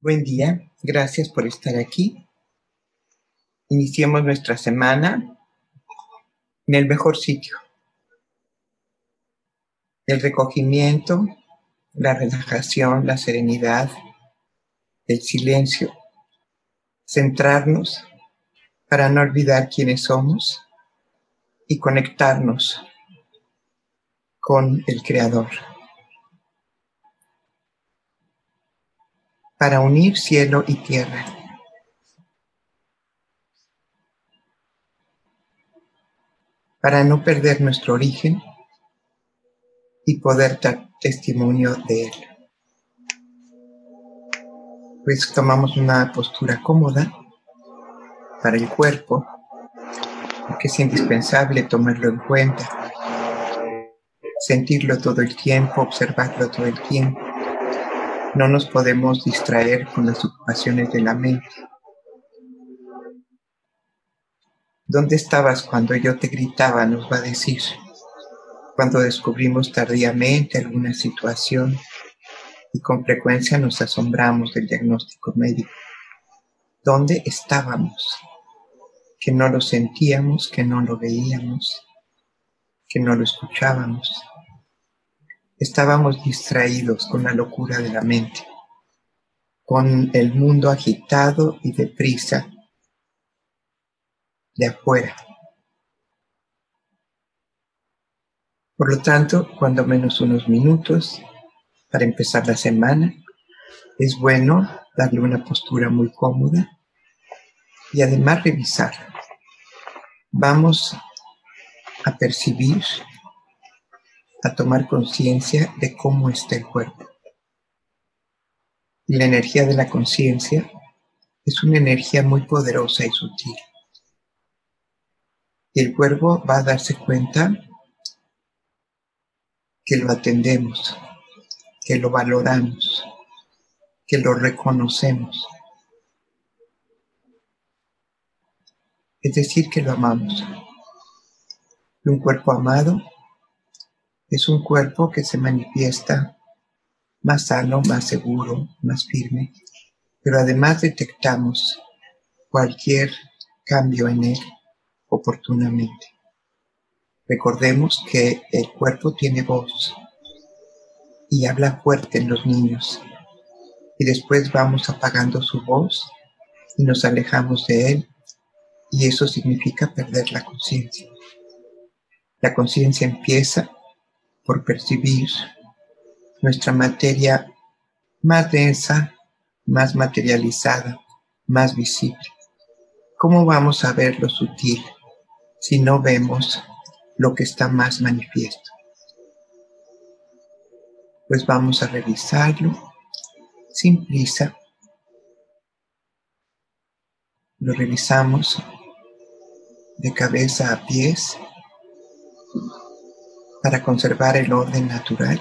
Buen día, gracias por estar aquí. Iniciemos nuestra semana en el mejor sitio. El recogimiento, la relajación, la serenidad, el silencio. Centrarnos para no olvidar quiénes somos y conectarnos con el Creador. Para unir cielo y tierra. Para no perder nuestro origen y poder dar testimonio de él. Pues tomamos una postura cómoda para el cuerpo, que es indispensable tomarlo en cuenta, sentirlo todo el tiempo, observarlo todo el tiempo. No nos podemos distraer con las ocupaciones de la mente. ¿Dónde estabas cuando yo te gritaba? Nos va a decir. Cuando descubrimos tardíamente alguna situación y con frecuencia nos asombramos del diagnóstico médico. ¿Dónde estábamos? Que no lo sentíamos, que no lo veíamos, que no lo escuchábamos. Estábamos distraídos con la locura de la mente, con el mundo agitado y deprisa de afuera. Por lo tanto, cuando menos unos minutos para empezar la semana, es bueno darle una postura muy cómoda y además revisar. Vamos a percibir, a tomar conciencia de cómo está el cuerpo. Y la energía de la conciencia es una energía muy poderosa y sutil. Y el cuerpo va a darse cuenta que lo atendemos, que lo valoramos, que lo reconocemos. Es decir, que lo amamos. Y un cuerpo amado es un cuerpo que se manifiesta más sano, más seguro, más firme, pero además detectamos cualquier cambio en él oportunamente. Recordemos que el cuerpo tiene voz y habla fuerte en los niños, y después vamos apagando su voz y nos alejamos de él, y eso significa perder la conciencia. La conciencia empieza por percibir nuestra materia más densa, más materializada, más visible. ¿Cómo vamos a ver lo sutil si no vemos lo que está más manifiesto? Pues vamos a revisarlo sin prisa. Lo revisamos de cabeza a pies para conservar el orden natural.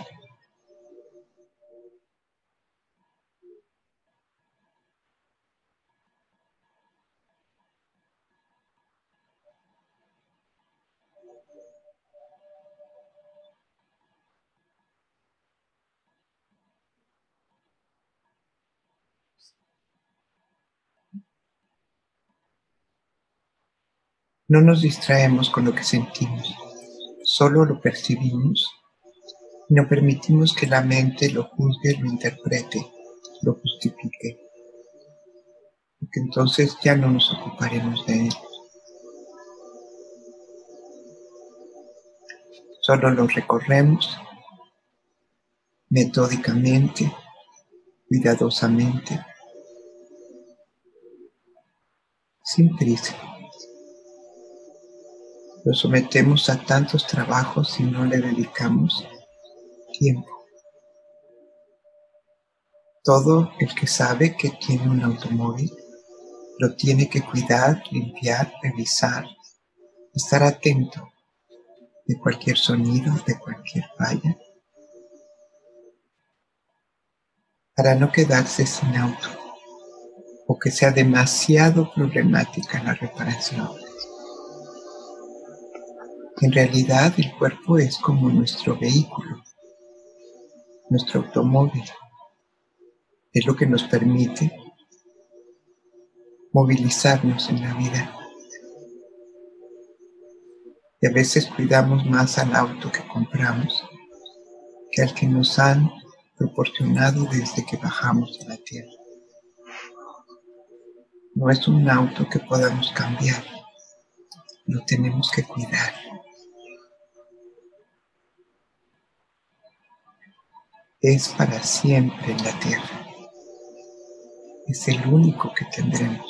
No nos distraemos con lo que sentimos, solo lo percibimos y no permitimos que la mente lo juzgue, lo interprete, lo justifique, porque entonces ya no nos ocuparemos de él. Solo lo recorremos metódicamente, cuidadosamente, sin prisa. Lo sometemos a tantos trabajos si no le dedicamos tiempo. Todo el que sabe que tiene un automóvil lo tiene que cuidar, limpiar, revisar, estar atento de cualquier sonido, de cualquier falla, para no quedarse sin auto o que sea demasiado problemática la reparación. En realidad, el cuerpo es como nuestro vehículo, nuestro automóvil. Es lo que nos permite movilizarnos en la vida. Y a veces cuidamos más al auto que compramos que al que nos han proporcionado desde que bajamos de la tierra. No es un auto que podamos cambiar, lo tenemos que cuidar. Es para siempre en la tierra. Es el único que tendremos.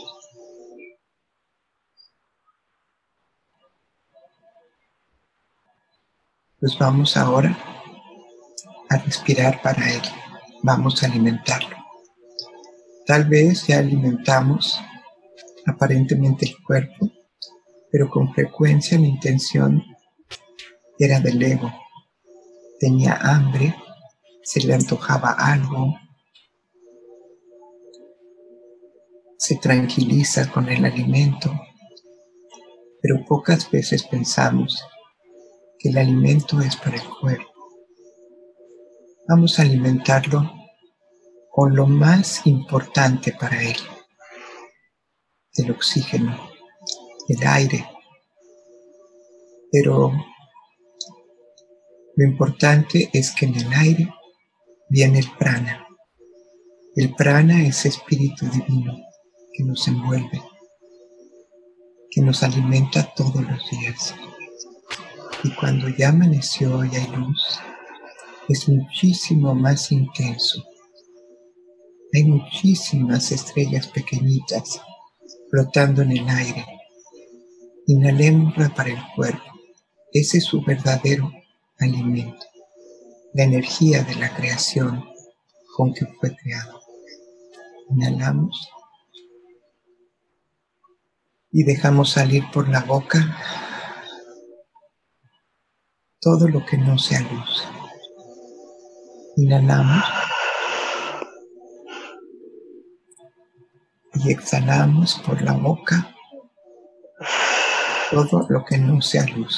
Pues vamos ahora a respirar para él. Vamos a alimentarlo. Tal vez ya alimentamos aparentemente el cuerpo, pero con frecuencia la intención era del ego. Tenía hambre, se le antojaba algo, se tranquiliza con el alimento, pero pocas veces pensamos que el alimento es para el cuerpo. Vamos a alimentarlo con lo más importante para él, el oxígeno, el aire. Pero lo importante es que en el aire viene el prana. El prana es espíritu divino que nos envuelve, que nos alimenta todos los días. Y cuando ya amaneció y hay luz, es muchísimo más intenso. Hay muchísimas estrellas pequeñitas flotando en el aire. Inhalémosla para el cuerpo. Ese es su verdadero alimento, la energía de la creación con que fue creado. Inhalamos y dejamos salir por la boca todo lo que no sea luz. Inhalamos y exhalamos por la boca todo lo que no sea luz.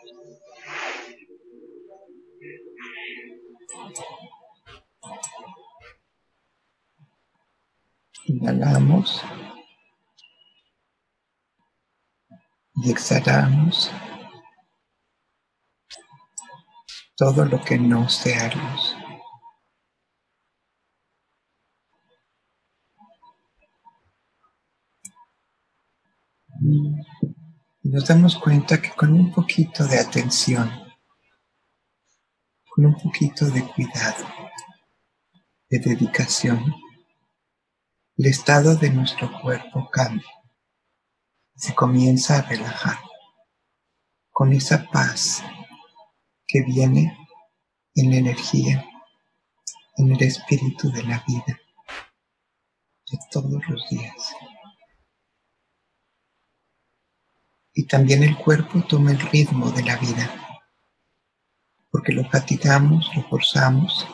Inhalamos y exhalamos todo lo que no sea luz. Y nos damos cuenta que con un poquito de atención, con un poquito de cuidado, de dedicación, el estado de nuestro cuerpo cambia. Se comienza a relajar con esa paz que viene en la energía, en el espíritu de la vida, de todos los días. Y también el cuerpo toma el ritmo de la vida, porque lo fatigamos, lo forzamos,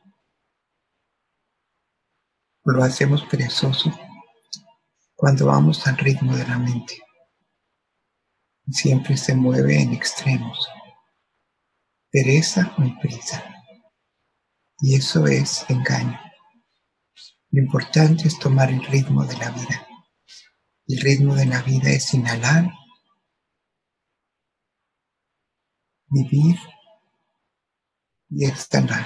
lo hacemos perezoso cuando vamos al ritmo de la mente. Siempre se mueve en extremos, pereza o prisa. Y eso es engaño. Lo importante es tomar el ritmo de la vida. El ritmo de la vida es inhalar, vivir y exhalar.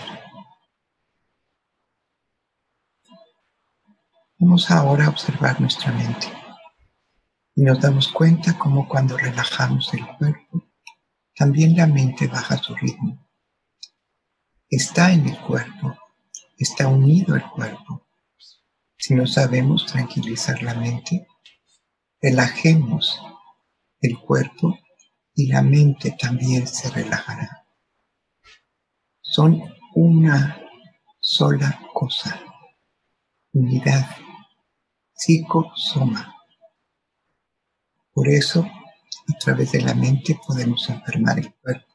Vamos ahora a observar nuestra mente. Y nos damos cuenta cómo cuando relajamos el cuerpo, también la mente baja su ritmo. Está en el cuerpo, está unido al cuerpo. Si no sabemos tranquilizar la mente, relajemos el cuerpo y la mente también se relajará. Son una sola cosa, unidad, psico-soma. Por eso, a través de la mente podemos enfermar el cuerpo.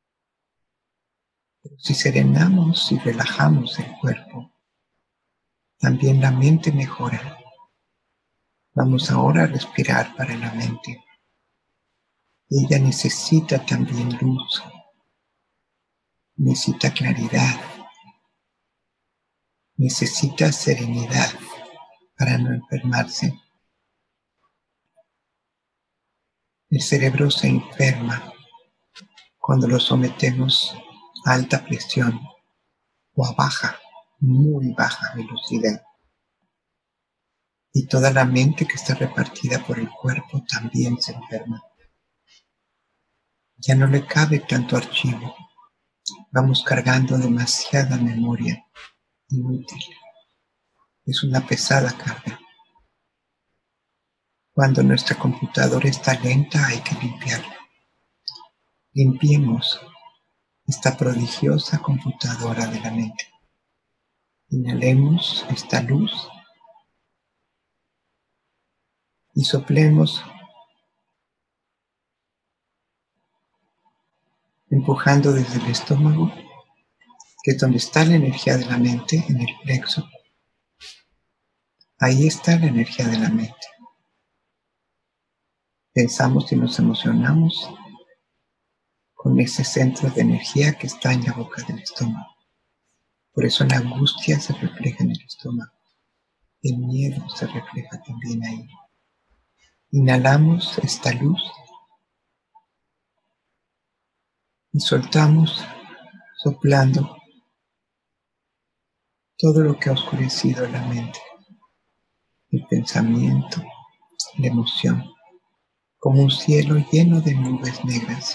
Pero si serenamos y relajamos el cuerpo, también la mente mejora. Vamos ahora a respirar para la mente. Ella necesita también luz, necesita claridad, necesita serenidad para no enfermarse. El cerebro se enferma cuando lo sometemos a alta presión o a baja, muy baja velocidad. Y toda la mente que está repartida por el cuerpo también se enferma. Ya no le cabe tanto archivo. Vamos cargando demasiada memoria inútil. Es una pesada carga. Cuando nuestra computadora está lenta hay que limpiarla. Limpiemos esta prodigiosa computadora de la mente. Inhalemos esta luz y soplemos, empujando desde el estómago, que es donde está la energía de la mente, en el plexo. Ahí está la energía de la mente. Pensamos y nos emocionamos con ese centro de energía que está en la boca del estómago. Por eso la angustia se refleja en el estómago. El miedo se refleja también ahí. Inhalamos esta luz y soltamos, soplando todo lo que ha oscurecido la mente, el pensamiento, la emoción, como un cielo lleno de nubes negras,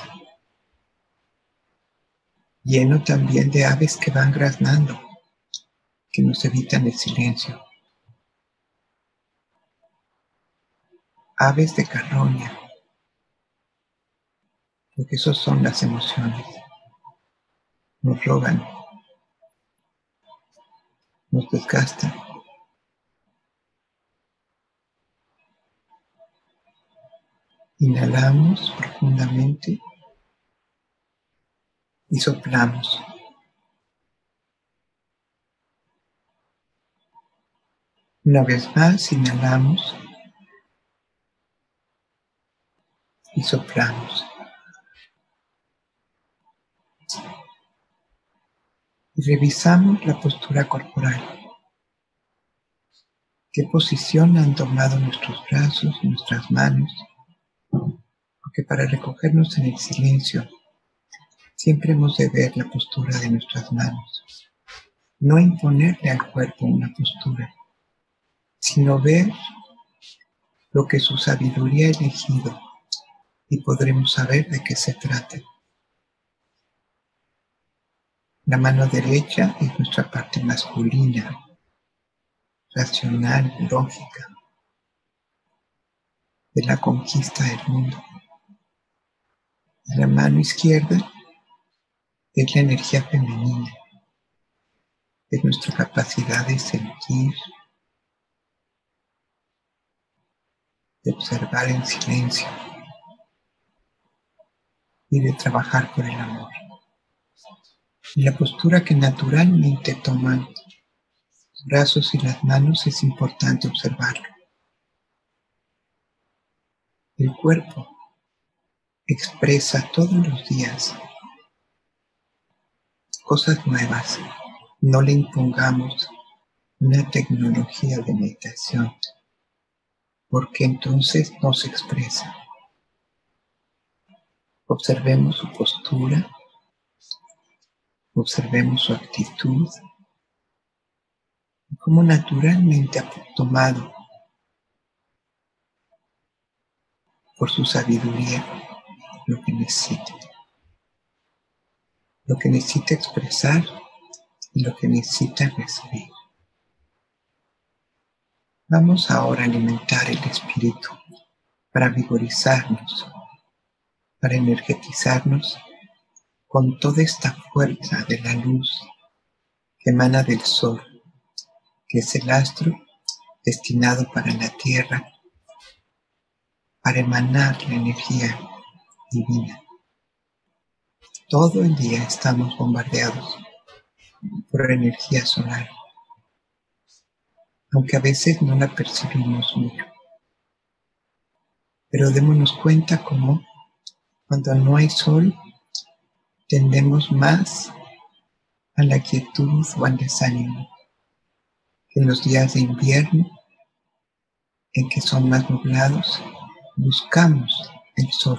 lleno también de aves que van graznando, que nos evitan el silencio. Aves de carroña, porque esos son las emociones. Nos roban, nos desgastan. Inhalamos profundamente y soplamos. Una vez más, inhalamos y soplamos. Y revisamos la postura corporal. ¿Qué posición han tomado nuestros brazos y nuestras manos? Porque para recogernos en el silencio, siempre hemos de ver la postura de nuestras manos. No imponerle al cuerpo una postura, sino ver lo que su sabiduría ha elegido y podremos saber de qué se trata. La mano derecha es nuestra parte masculina, racional, lógica, de la conquista del mundo. Y la mano izquierda es la energía femenina, es nuestra capacidad de sentir, de observar en silencio y de trabajar por el amor. Y la postura que naturalmente toman los brazos y las manos es importante observarlo. El cuerpo expresa todos los días cosas nuevas. No le impongamos una tecnología de meditación, porque entonces no se expresa. Observemos su postura, observemos su actitud, y cómo naturalmente ha tomado por su sabiduría lo que necesita expresar y lo que necesita recibir. Vamos ahora a alimentar el espíritu para vigorizarnos, para energetizarnos con toda esta fuerza de la luz que emana del sol, que es el astro destinado para la tierra, para emanar la energía divina. Todo el día estamos bombardeados por energía solar, aunque a veces no la percibimos mucho. Pero démonos cuenta cómo cuando no hay sol tendemos más a la quietud o al desánimo. En los días de invierno, en que son más nublados, buscamos el sol,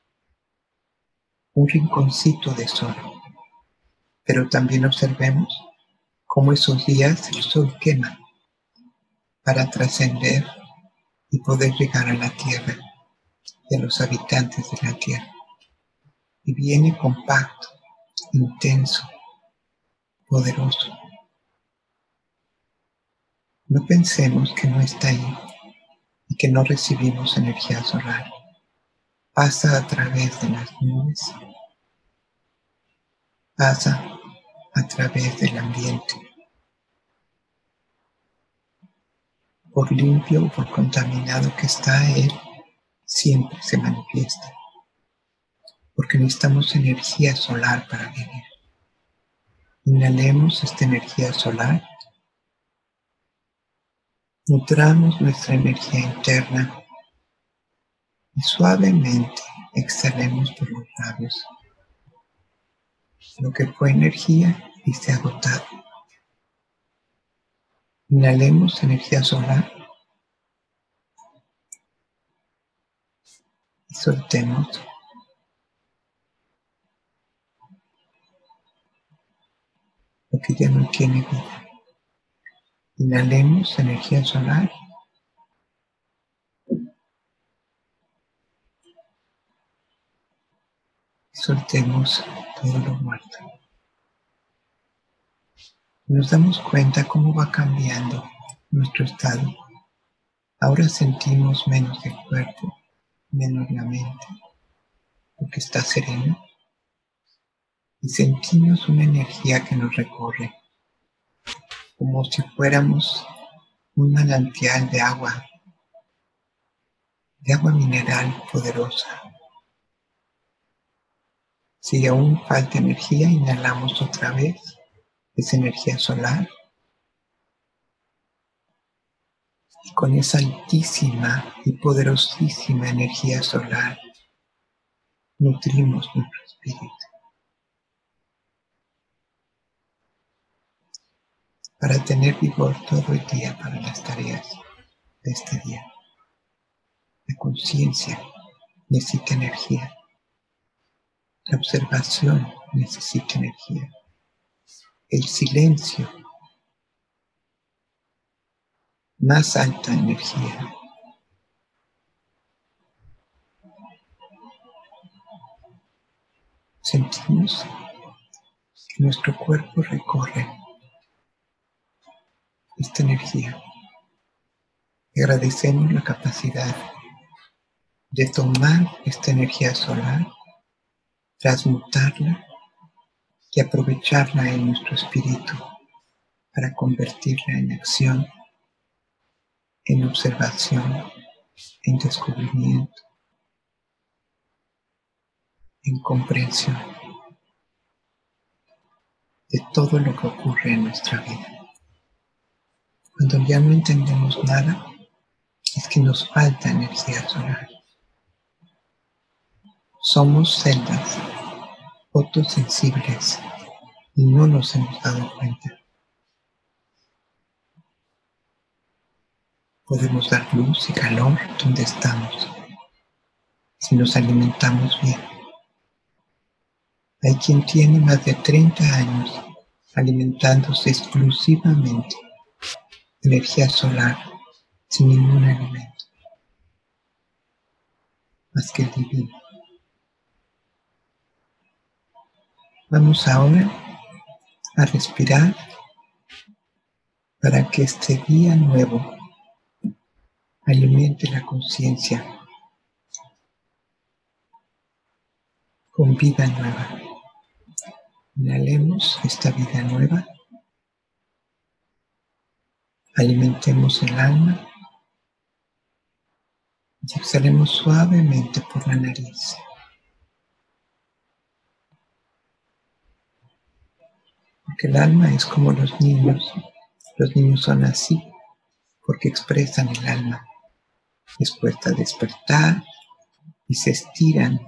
un rinconcito de sol. Pero también observemos cómo esos días el sol quema para trascender y poder llegar a la tierra y a los habitantes de la tierra. Y viene compacto, intenso, poderoso. No pensemos que no está ahí y que no recibimos energía solar. Pasa a través de las nubes, pasa a través del ambiente. Por limpio o por contaminado que está él, siempre se manifiesta. Porque necesitamos energía solar para vivir. Inhalemos esta energía solar, nutramos nuestra energía interna y suavemente exhalemos por los labios lo que fue energía y se ha agotado. Inhalemos energía solar y soltemos lo que ya no tiene vida. Inhalemos energía solar y soltemos todo lo muerto. Nos damos cuenta cómo va cambiando nuestro estado. Ahora sentimos menos el cuerpo, menos la mente, porque está sereno. Y sentimos una energía que nos recorre, como si fuéramos un manantial de agua mineral poderosa. Si aún falta energía, inhalamos otra vez esa energía solar. Y con esa altísima y poderosísima energía solar, nutrimos nuestro espíritu. Para tener vigor todo el día para las tareas de este día. La conciencia necesita energía. La observación necesita energía. El silencio, más alta energía. Sentimos que nuestro cuerpo recorre esta energía. Y agradecemos la capacidad de tomar esta energía solar, transmutarla y aprovecharla en nuestro espíritu para convertirla en acción, en observación, en descubrimiento, en comprensión de todo lo que ocurre en nuestra vida. Cuando ya no entendemos nada, es que nos falta energía solar. Somos celdas fotosensibles y no nos hemos dado cuenta. Podemos dar luz y calor donde estamos, si nos alimentamos bien. Hay quien tiene más de 30 años alimentándose exclusivamente de energía solar, sin ningún alimento, más que el divino. Vamos ahora a respirar para que este día nuevo alimente la conciencia con vida nueva. Inhalemos esta vida nueva, alimentemos el alma y exhalemos suavemente por la nariz. Porque el alma es como los niños son así porque expresan el alma. Les cuesta despertar y se estiran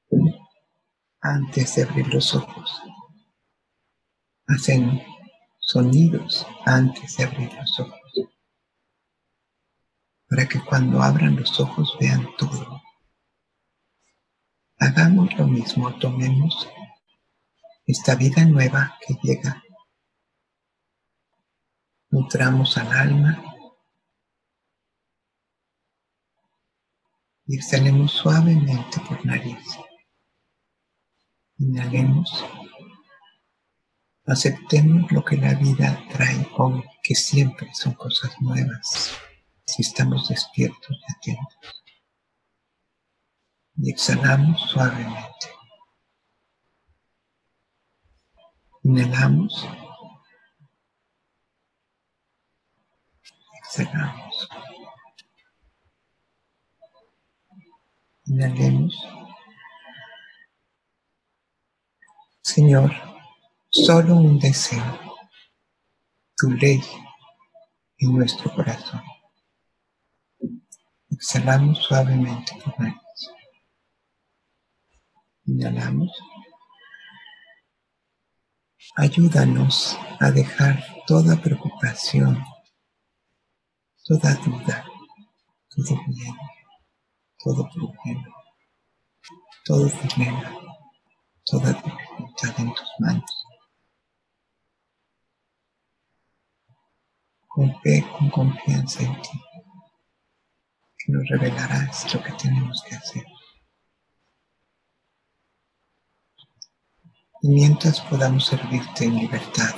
antes de abrir los ojos. Hacen sonidos antes de abrir los ojos, para que cuando abran los ojos vean todo. Hagamos lo mismo, tomemos esta vida nueva que llega, nutramos al alma y exhalemos suavemente por nariz. Inhalemos, aceptemos lo que la vida trae hoy, que siempre son cosas nuevas, si estamos despiertos y atentos. Y exhalamos suavemente. Inhalamos, exhalamos. Inhalemos. Señor, solo un deseo, tu ley en nuestro corazón. Exhalamos suavemente por nariz. Inhalamos. Ayúdanos a dejar toda preocupación, toda duda, todo miedo, todo problema, todo dilema, toda dificultad en tus manos. Con fe, con confianza en ti, que nos revelarás lo que tenemos que hacer. Y mientras podamos servirte en libertad,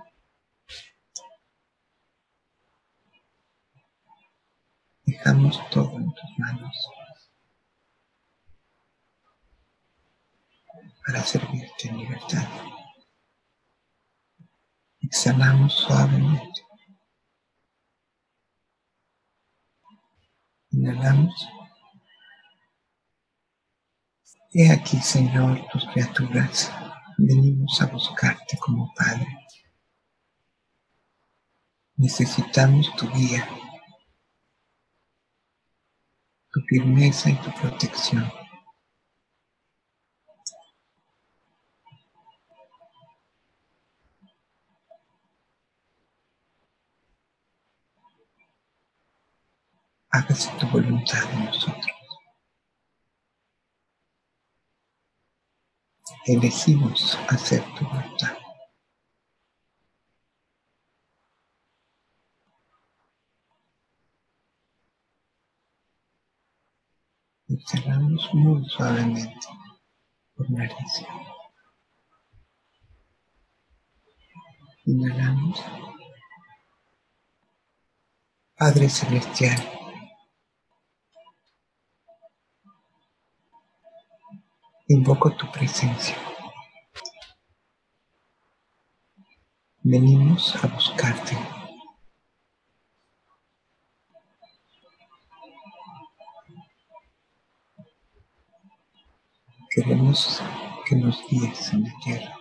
dejamos todo en tus manos para servirte en libertad. Exhalamos suavemente. Inhalamos. He aquí, Señor, tus criaturas, venimos a buscarte como Padre. Necesitamos tu guía, tu firmeza y tu protección. Hágase tu voluntad en nosotros. Elegimos hacer tu voluntad. Exhalamos muy suavemente por nariz. Inhalamos. Padre Celestial, invoco tu presencia. Venimos a buscarte. Queremos que nos guíes en la tierra.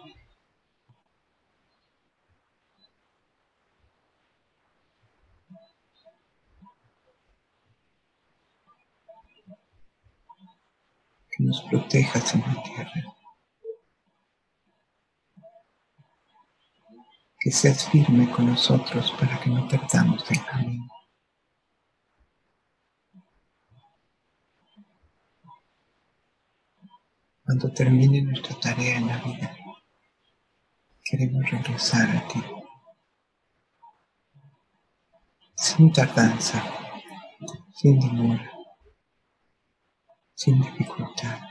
Que nos protejas en la tierra. Que seas firme con nosotros para que no perdamos el camino. Cuando termine nuestra tarea en la vida, queremos regresar a ti. Sin tardanza, sin demora, sin dificultad.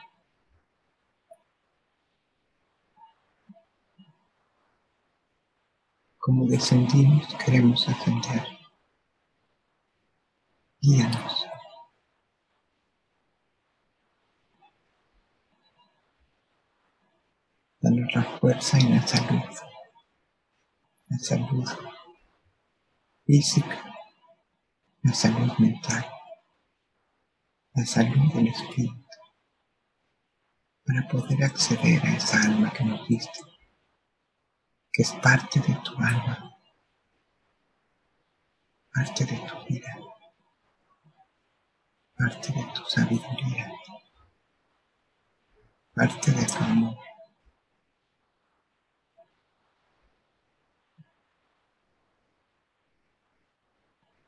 Como descendimos, queremos ascender. Guíanos. Danos la fuerza y la salud física, la salud mental, la salud del espíritu, para poder acceder a esa alma que nos diste, que es parte de tu alma, parte de tu vida, parte de tu sabiduría, parte de tu amor.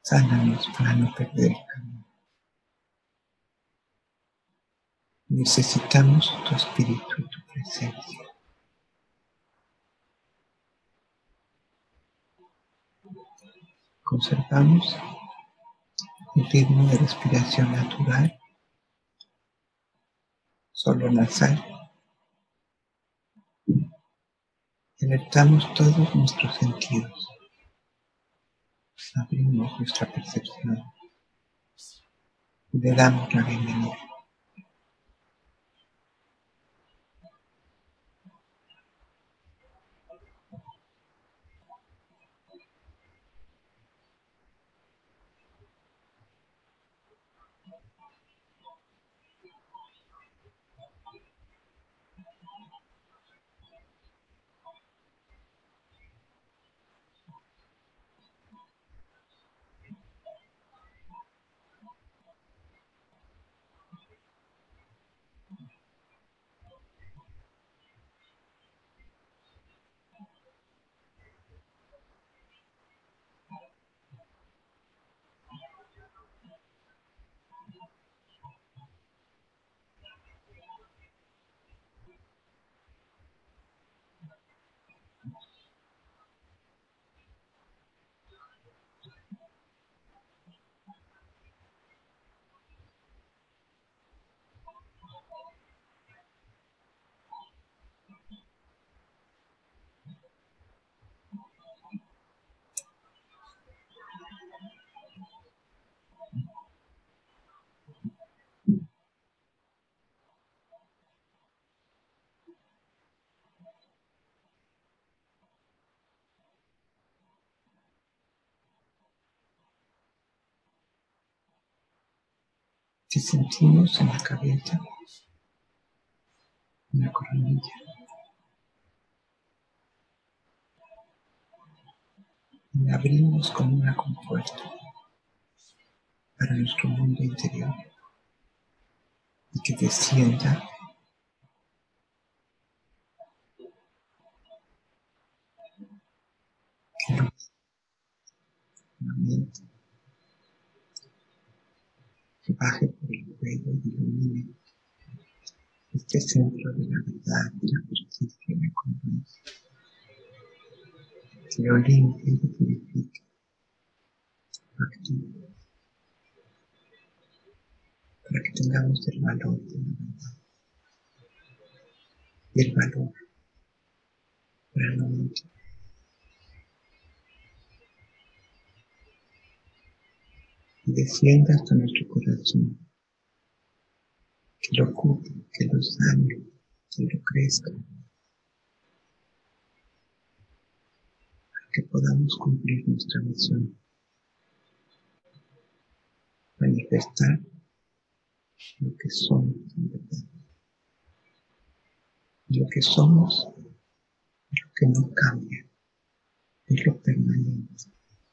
Sánanos para no perder el camino. Necesitamos tu espíritu y tu presencia. Conservamos el ritmo de respiración natural, solo nasal. Alertamos todos nuestros sentidos. Abrimos nuestra percepción y le damos la bienvenida. Si sentimos en la cabeza, en la coronilla, la abrimos como una compuerta para nuestro mundo interior y que descienda en la mente, que baje por el cuello y ilumine este centro de la verdad, de la justicia y la congruencia, que lo limpie y lo purifique, lo active, para que tengamos el valor de la verdad y el valor para no mentir. Y descienda hasta nuestro corazón, que lo ocupe, que lo sane, que lo crezca, que podamos cumplir nuestra misión, manifestar lo que somos en verdad. Y lo que somos es lo que no cambia, es lo permanente.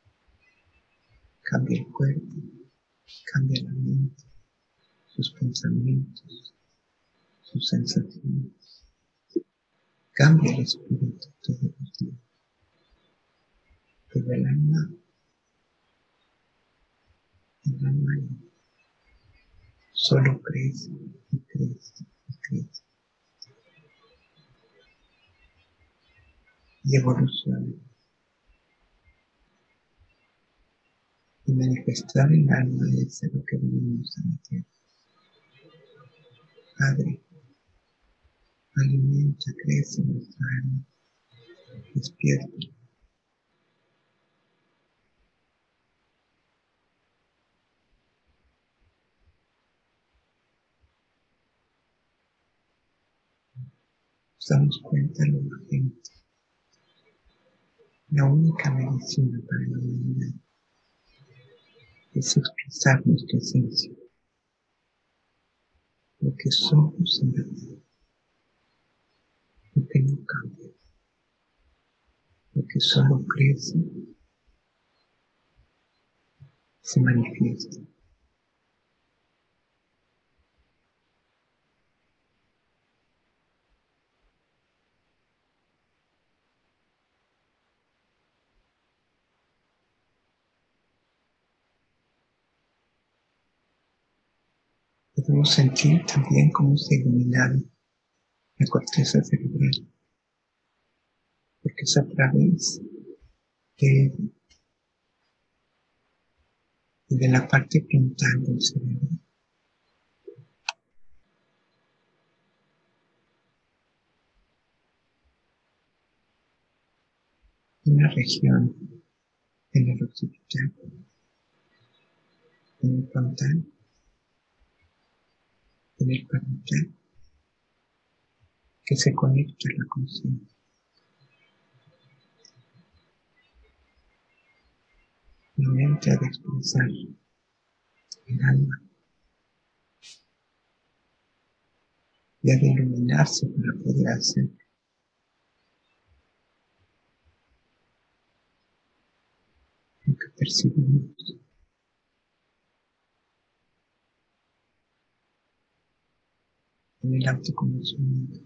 Cambia el cuerpo, cambia la mente, sus pensamientos, sus sensaciones. Cambia el espíritu todos los días. Pero el alma solo crece y crece y crece y evoluciona. Y manifestar el alma es a lo que venimos a la tierra. Padre, alimenta, crece nuestra alma, despierta. Nos damos cuenta de lo urgente. La única medicina para la humanidad es expresar nuestra esencia, lo que somos en verdad, lo que no cambia, lo que solo crece, se manifiesta. Podemos sentir también cómo se ilumina la corteza cerebral, porque es a través de, de la parte frontal del cerebro, una región en el occipital, en el frontal, en el parietal, que se conecta a la conciencia. La mente ha de expresar el alma y ha de iluminarse para poder hacer lo que percibimos. En el autoconocimiento,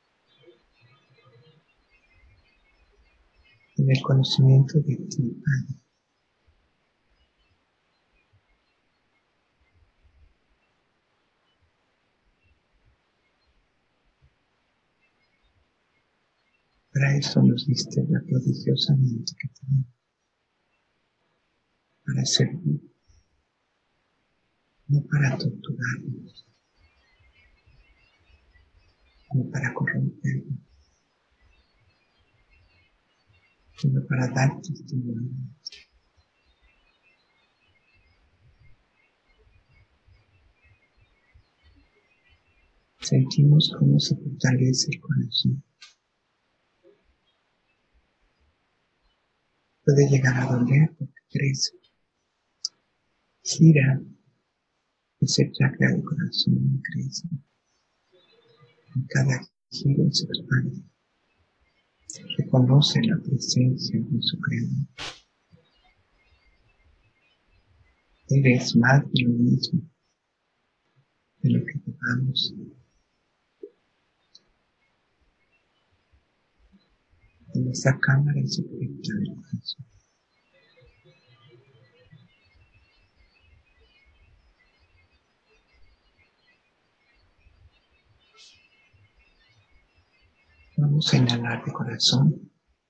en el conocimiento de ti, Padre. Para eso nos diste la prodigiosa mente que tenemos, para servir, no para torturarnos, no para corrompernos, sino para dar testimonio. Sentimos cómo se fortalece el corazón. Puede llegar a doler porque crece, gira ese chakra del corazón, crece. En cada giro se expande. Reconoce la presencia de su creador. Eres más de lo mismo, de lo que llevamos. En esa cámara secreta del corazón. Vamos a inhalar de corazón.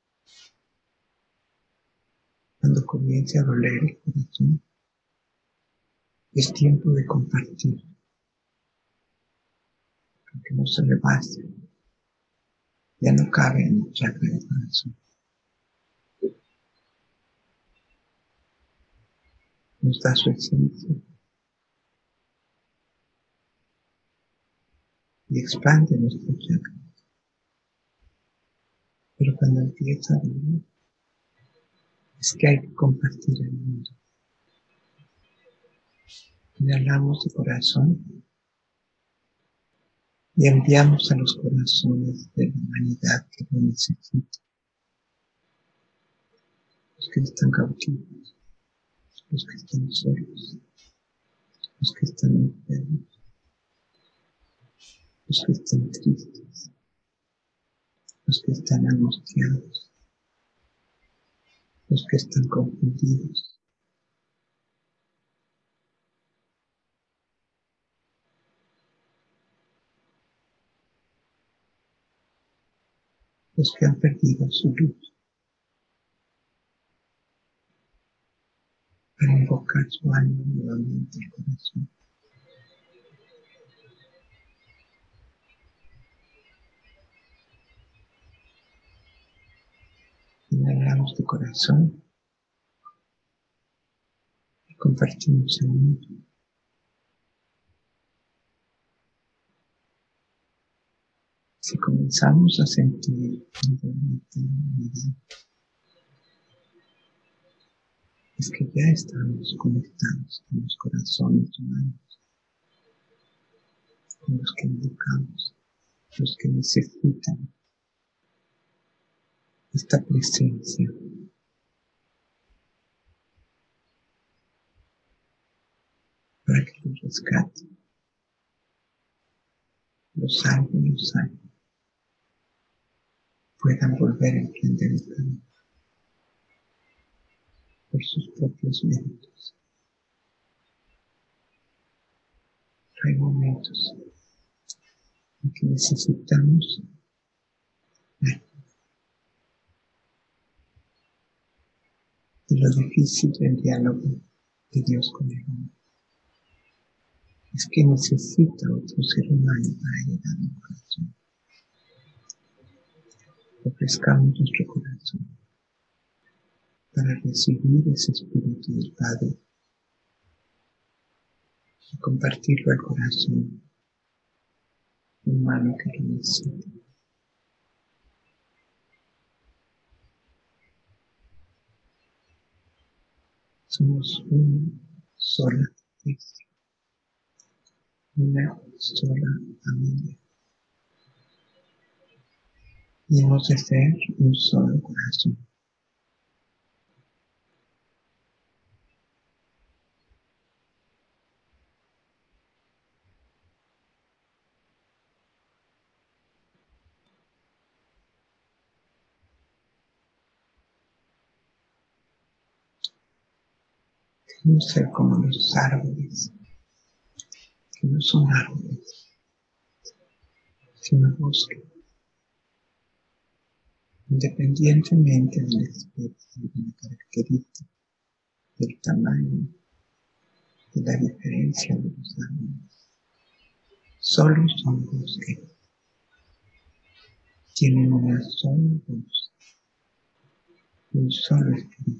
Cuando comience a doler el corazón, es tiempo de compartir, porque no se le basta. Ya no cabe en el chakra del corazón. Nos da su esencia y expande nuestro chakra. Pero cuando empieza a doler, es que hay que compartir el mundo. Inhalamos de corazón y enviamos a los corazones de la humanidad que lo necesita. Los que están cautivos, los que están solos, los que están enfermos, los que están tristes, los que están angustiados, los que están confundidos, los que han perdido su luz, para invocar su alma nuevamente al corazón. Inhalamos de corazón y compartimos el mundo. Si comenzamos a sentir realmente la unidad, es que ya estamos conectados con los corazones humanos, con los que invocamos, los que necesitan esta presencia para que los rescate, los salve y los salve, puedan volver a emprender el camino por sus propios méritos. Hay momentos en que necesitamos ver. Y lo difícil del diálogo de Dios con el hombre es que necesita otro ser humano para llegar al corazón. Ofrezcamos nuestro corazón para recibir ese espíritu del Padre y compartirlo al corazón humano que lo necesita. Somos una sola iglesia, una sola familia. Y hemos de ser un solo corazón. Queremos ser como los árboles, que no son árboles, sino bosques. Independientemente de la especie, de la característica, del tamaño, de la diferencia de los árboles, solo son bosques. Tienen una sola voz, un solo espíritu.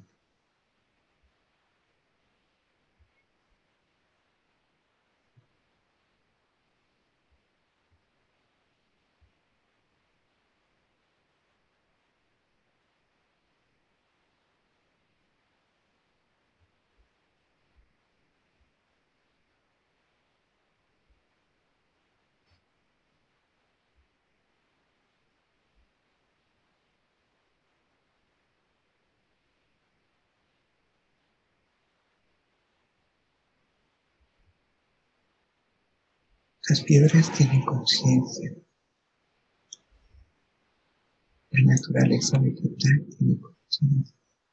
Las piedras tienen conciencia, la naturaleza vegetal tiene conciencia,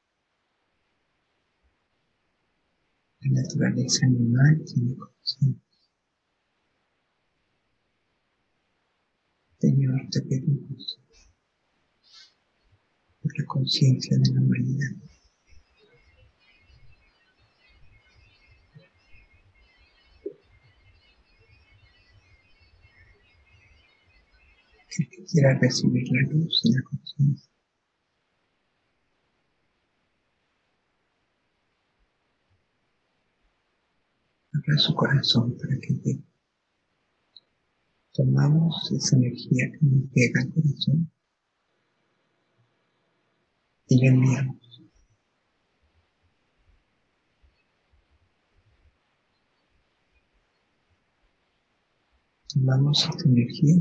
la naturaleza animal tiene conciencia. Señor, te pedimos por la conciencia de la humanidad, que quiera recibir la luz de la conciencia. Abra su corazón para que llegue. Tomamos esa energía que nos llega al corazón y la enviamos. Tomamos esta energía,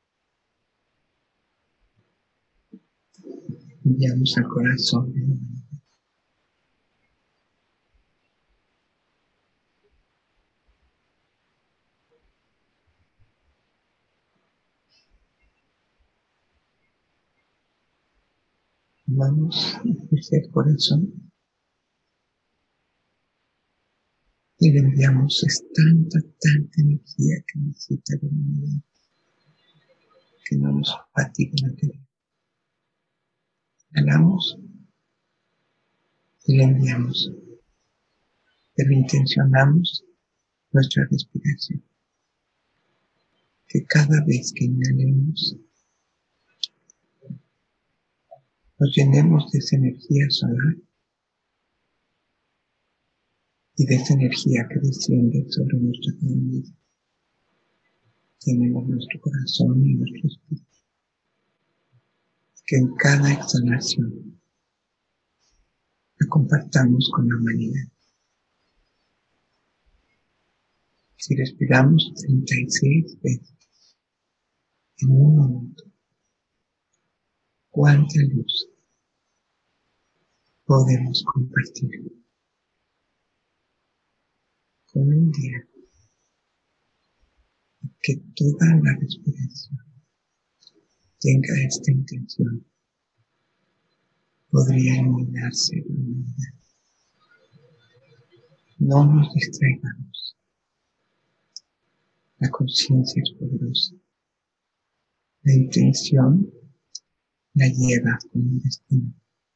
enviamos al corazón de la humanidad. Tomamos ese corazón y le enviamos tanta energía que necesita la humanidad, que no nos fatigue la tarea. Inhalamos y le enviamos, pero intencionamos nuestra respiración, que cada vez que inhalemos nos llenemos de esa energía solar y de esa energía que desciende sobre nuestra comunidad. Tenemos nuestro corazón y nuestro espíritu, que en cada exhalación la compartamos con la humanidad. Si respiramos 36 veces en un momento, ¿cuánta luz podemos compartir con un día que toda la respiración tenga esta intención? Podría iluminarse la humanidad. No nos distraigamos. La conciencia es poderosa. La intención la lleva con un destino.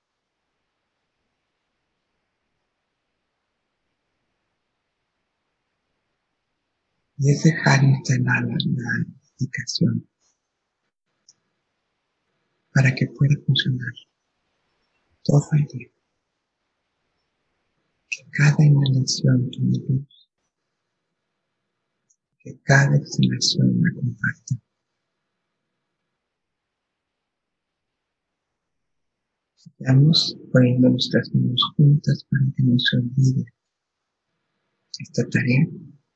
Y es dejar instalar la indicación para que pueda funcionar todo el día. Que cada inhalación tome luz, que cada exhalación la comparta. Estamos poniendo nuestras manos juntas para que no se olvide esta tarea.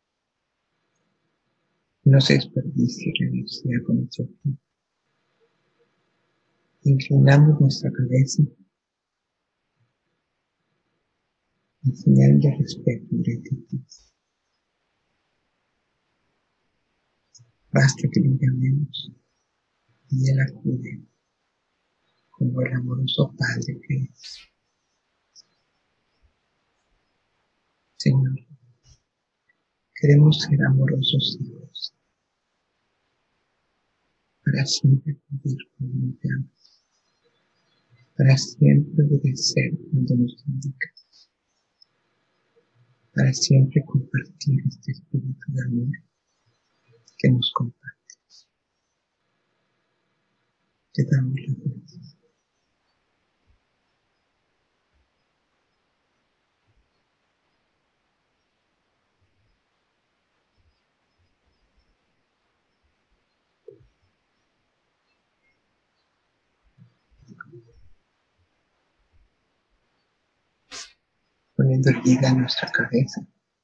No se desperdicie la energía con nuestro cuerpo. Inclinamos nuestra cabeza en señal de respeto y gratitud. Basta que lo llamemos y Él acude como el amoroso Padre que es. Señor, queremos ser amorosos hijos para siempre cumplir como te amas, para siempre obedecer cuando nos indicas, para siempre compartir este espíritu de amor que nos comparte. Te damos las gracias. Poniendo el vida en nuestra cabeza,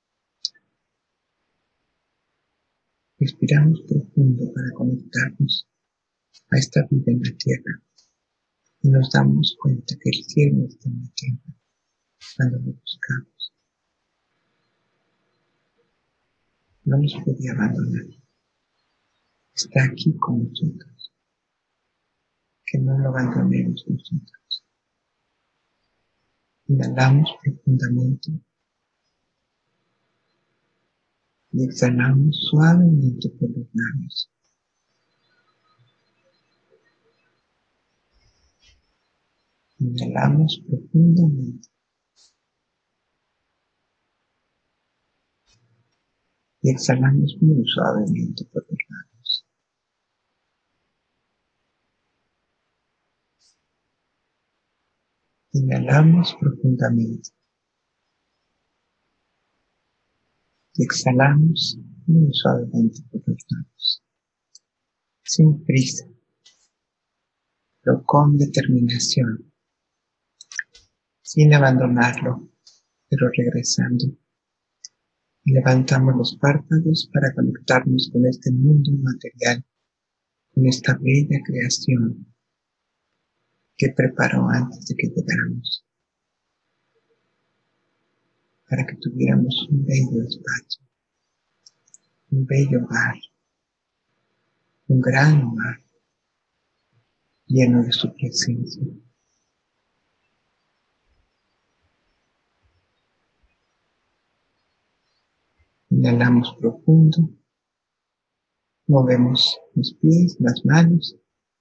respiramos profundo para conectarnos a esta vida en la tierra y nos damos cuenta que el cielo está en la tierra cuando lo buscamos. No nos podía abandonar. Está aquí con nosotros. Que no lo abandonemos nosotros. Inhalamos profundamente y exhalamos suavemente por los labios. Inhalamos profundamente y exhalamos muy suavemente por los labios. Inhalamos profundamente y exhalamos muy suavemente por los labios. Sin prisa, pero con determinación, sin abandonarlo, pero regresando. Y levantamos los párpados para conectarnos con este mundo material, con esta bella creación que preparó antes de que llegáramos, para que tuviéramos un bello espacio, un bello hogar, un gran hogar, lleno de su presencia. Inhalamos profundo, movemos los pies, las manos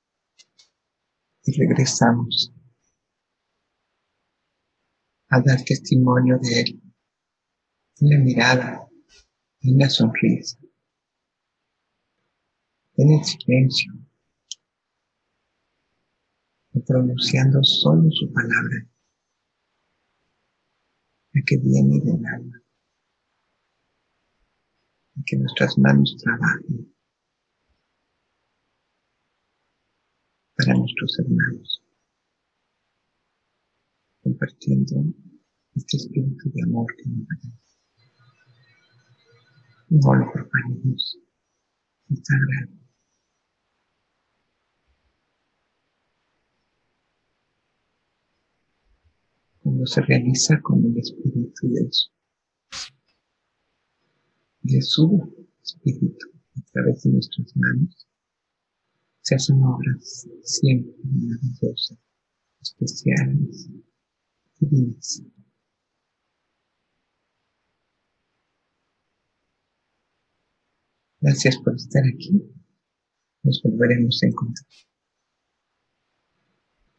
y regresamos a dar testimonio de Él, en la mirada, en la sonrisa, en el silencio, o pronunciando solo su palabra, la que viene del alma, y que nuestras manos trabajen para nuestros hermanos, compartiendo este espíritu de amor que nos da. No lo profanemos, es sagrado. Cuando se realiza con el espíritu de su espíritu a través de nuestras manos, se hacen obras siempre maravillosas, especiales, divinas. Gracias por estar aquí. Nos volveremos a encontrar.